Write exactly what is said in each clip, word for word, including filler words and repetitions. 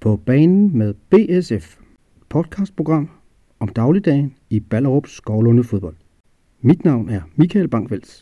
På banen med B S F, podcastprogram om dagligdagen i Ballerup Skovlunde Fodbold. Mit navn er Michael Bangvels.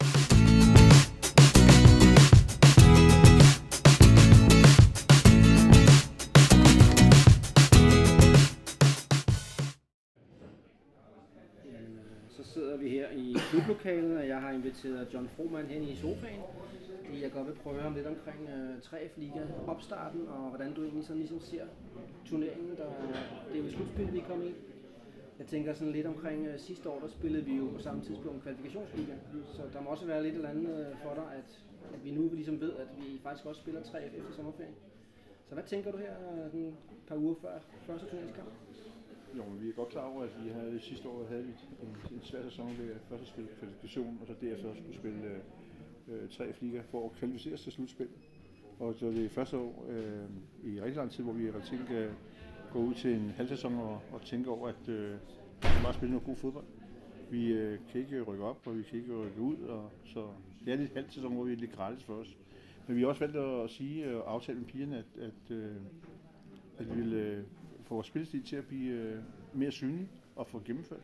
Så sidder vi her i klublokalet, og jeg har inviteret John Frohmann hen i sofaen. Jeg godt vil prøve ham lidt omkring uh, tre F Liga opstarten, og hvordan du egentlig sådan ligesom ser turneringen, der det er jo et slutspil, vi er kommet i. Jeg tænker sådan lidt omkring uh, sidste år, der spillede vi jo på samme tidspunkt kvalifikationsliga, så der må også være lidt eller andet uh, for dig, at, at vi nu ligesom ved, at vi faktisk også spiller tre F efter sommerferien. Så hvad tænker du her uh, et par uger før første turneringskamp? Jo, men vi er godt klar over, at vi havde sidste år havde vi en, en svær sæson ved at først spille kvalifikation, og så derefter skulle spille uh, tre F Liga for at kvalificere til slutspil. Og så det første år øh, i rigtig lang tid, hvor vi har tænkt at gå ud til en halv sæson og, og tænke over, at øh, vi skal bare spille noget god fodbold. Vi øh, kan ikke rykke op, og vi kan ikke rykke ud, og så det er lidt halv sæson, hvor vi er lidt gratis for os. Men vi har også valgt at sige og aftale med pigerne, at, at, øh, at vi vil øh, få vores spillestil til at blive øh, mere synlig og få gennemført.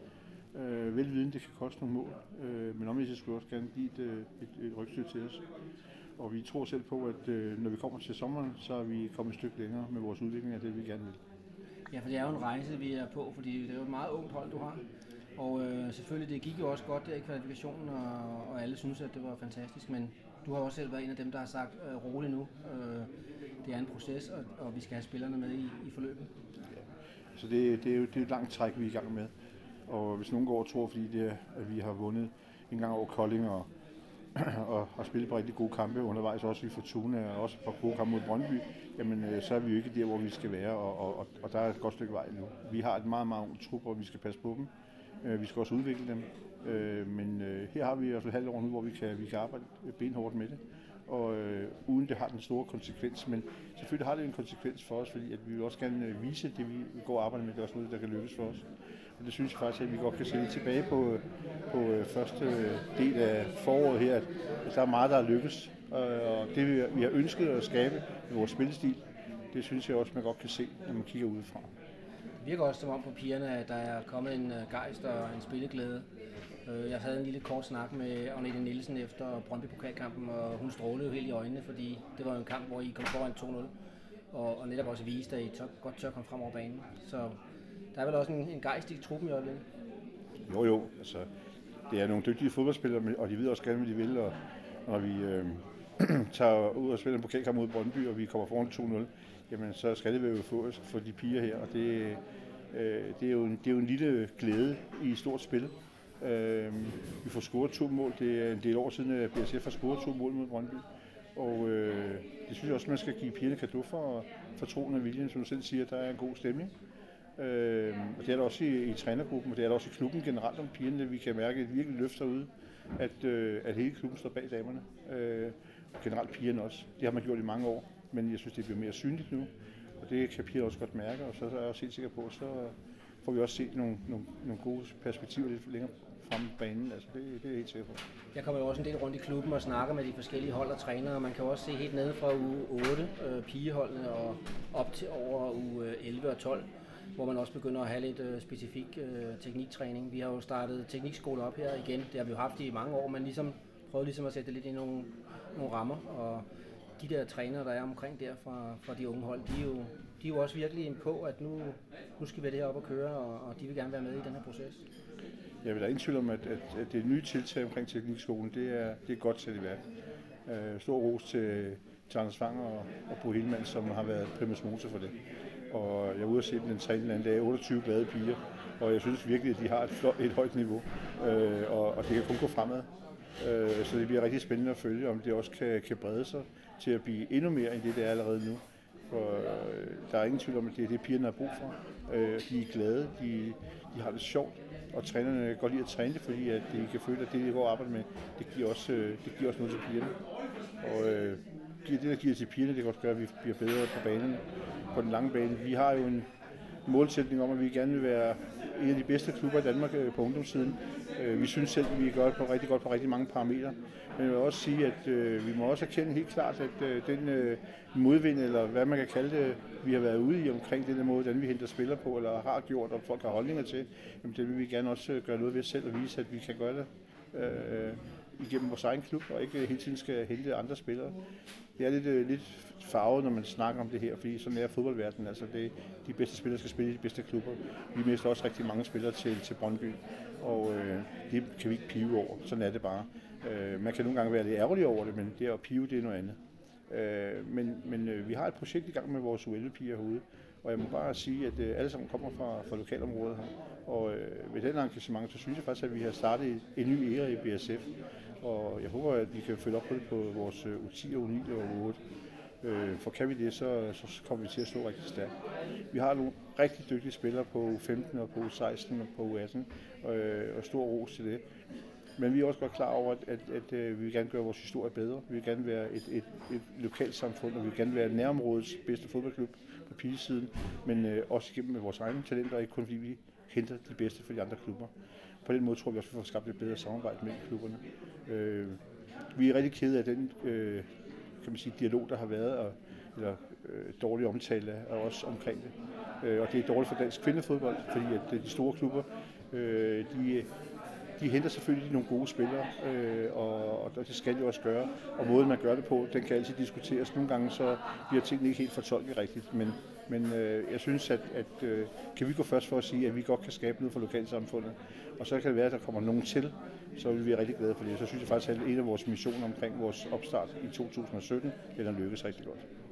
Øh, velviden, det kan koste nogle mål, øh, men omvendt skulle vi også gerne give et, et, et rygstykke til os. Og vi tror selv på, at øh, når vi kommer til sommeren, så er vi kommet et stykke længere med vores udvikling af det, vi gerne vil. Ja, for det er jo en rejse, vi er på, fordi det er jo et meget ungt hold, du har. Og øh, selvfølgelig, det gik jo også godt der i kvalifikationen, og, og alle synes, at det var fantastisk, men du har også selv været en af dem, der har sagt øh, roligt nu. Øh, det er en proces, og, og vi skal have spillerne med i, i forløbet. Ja. Så det, det er jo det er et langt træk, vi er i gang med. Og hvis nogen går og tror, fordi det er, at vi har vundet en gang over Kolding og, og har spillet på rigtig gode kampe undervejs, også i Fortuna og også på gode kampe mod Brøndby, jamen så er vi jo ikke der, hvor vi skal være, og, og, og der er et godt stykke vej nu. Vi har et meget, meget ungt trup, og vi skal passe på dem. Vi skal også udvikle dem. Men her har vi i hvert fald halvt år nu, hvor vi kan, vi kan arbejde benhårdt med det. Og øh, uden det har den store konsekvens, men selvfølgelig har det en konsekvens for os, fordi at vi vil også gerne vise det, vi går og arbejder med, det er også noget, der kan lykkes for os. Og det synes jeg faktisk, at vi godt kan se tilbage på, på første del af foråret her, at der er meget, der er lykkes. Og det vi har ønsket at skabe med vores spillestil, det synes jeg også, man godt kan se, når man kigger udefra. Det virker også som om på pigerne, at der er kommet en gejst og en spilleglæde. Jeg havde en lille kort snak med Agnete Nielsen efter Brøndby-pokalkampen, og hun strålede jo helt i øjnene, fordi det var jo en kamp, hvor I kom foran to nul, og, og netop også viste, at I tør, godt tør komme frem over banen. Så der er vel også en, en gejst i truppen i øjeblikket? Jo jo, altså det er nogle dygtige fodboldspillere, og de ved også gerne, hvad de vil, og når vi øh, tager ud og spiller en pokalkamp mod Brøndby, og vi kommer foran to nul, jamen så skal det jo få for de piger her, og det, øh, det, er jo en, det er jo en lille glæde i et stort spil. Øh, vi får scoret to mål. Det er en del år siden, at B S F har scoret to mål mod Brøndby. Og øh, det synes jeg også, man skal give pigerne cadeau for, for troen og viljen, som du selv siger, der er en god stemning. Øh, og det er der også i, i trænergruppen, og det er der også i klubben generelt om pigerne. Vi kan mærke et virkelig løft derude, at, øh, at hele klubben står bag damerne. Øh, og generelt pigerne også. Det har man gjort i mange år, men jeg synes, det bliver mere synligt nu. Og det kan pigerne også godt mærke, og så er jeg også helt sikker på, så får vi også set nogle, nogle, nogle gode perspektiver lidt længere frem på banen. Altså det, det er helt sikker på. Jeg kommer jo også en del rundt i klubben og snakker med de forskellige hold og trænere, og man kan også se helt nede fra uge otte, øh, pigeholdene, og op til over uge elleve og tolv, hvor man også begynder at have lidt øh, specifik øh, tekniktræning. Vi har jo startet teknikskole op her igen. Det har vi jo haft i mange år, men ligesom prøvet ligesom at sætte det lidt i nogle, nogle rammer, og de der trænere, der er omkring der fra, fra de unge hold, de er jo, de er jo også virkelig på, at nu, nu skal vi have det her op at køre, og, og de vil gerne være med i den her proces. Jeg vil da ingen tvivl om, at, at, at det nye tiltag omkring teknikskolen, det er, det er godt sat i værk. Uh, stor ros til, til Anders Fanger og, og Bo Hillmann, som har været primus motor for det. Og jeg er ude og se den træning den anden dag, otteogtyve glade piger, og jeg synes virkelig, at de har et, flot, et højt niveau, uh, og, og det kan kun gå fremad. Uh, så det bliver rigtig spændende at følge, om det også kan, kan brede sig til at blive endnu mere end det, det er allerede nu. For øh, der er ingen tvivl om, at det er det, pigerne har brug for. Øh, de er glade, de, de har det sjovt, og trænerne kan godt lide at træne det, fordi at de kan føle, at det, de går og arbejder med, det giver også, øh, det giver også noget til pigerne. Og øh, det, der giver til pigerne, det kan også gøre, at vi bliver bedre på banen, på den lange bane. Vi har jo en målsætning om, at vi gerne vil være en af de bedste klubber i Danmark øh, på ungdomssiden. Øh, vi synes selv, at vi gør det på rigtig godt på rigtig mange parametre. Men jeg vil også sige, at øh, vi må også erkende helt klart, at øh, den øh, modvind, eller hvad man kan kalde det, vi har været ude i omkring den måde, hvordan vi henter spillere på, eller har gjort, og folk har holdninger til, jamen det vil vi gerne også gøre noget ved selv og vise, at vi kan gøre det øh, igennem vores egen klub, og ikke hele tiden skal hente andre spillere. Det er lidt, øh, lidt farvet, når man snakker om det her, fordi sådan er fodboldverdenen. Altså det, de bedste spillere skal spille i de bedste klubber. Vi mister også rigtig mange spillere til, til Brøndby, og øh, det kan vi ikke pive over. Sådan er det bare. Øh, man kan nogle gange være lidt ærgerlig over det, men det at pive, det er noget andet. Øh, men men øh, vi har et projekt i gang med vores U elleve-piger herude, og jeg må bare sige, at øh, alle sammen kommer fra, fra lokalområdet her. Og øh, ved den engagement, så synes jeg faktisk, at vi har startet en ny æra i B S F. Og jeg håber, at vi kan følge op på det på vores U ti og U ni og U otte. Øh, for kan vi det, så, så kommer vi til at stå rigtig stærkt. Vi har nogle rigtig dygtige spillere på U femten og på U seksten og på U atten, øh, og stor ros til det. Men vi er også godt klar over, at, at, at, at vi vil gerne gøre vores historie bedre. Vi vil gerne være et, et, et lokalt samfund, og vi vil gerne være nærområdets bedste fodboldklub på pigesiden, men øh, også igennem vores egne talenter, ikke kun fordi vi henter de bedste for de andre klubber. På den måde tror vi også, at vi får skabt et bedre samarbejde mellem klubberne. Øh, vi er rigtig kede af den øh, kan man sige, dialog, der har været, og, eller øh, dårlig omtale af os omkring det. Øh, og det er dårligt for dansk kvindefodbold, fordi at de store klubber, øh, de, de henter selvfølgelig nogle gode spillere, øh, og, og det skal de også gøre. Og måden man gør det på, den kan altid diskuteres. Nogle gange så bliver tingene ikke helt fortolket rigtigt, men, men øh, jeg synes, at, at øh, kan vi gå først for at sige, at vi godt kan skabe noget for lokalsamfundet, og så kan det være, at der kommer nogen til, så vil vi være rigtig glade for det. Så synes jeg faktisk, at en af vores missioner omkring vores opstart i to tusind og sytten, den har lykkes rigtig godt.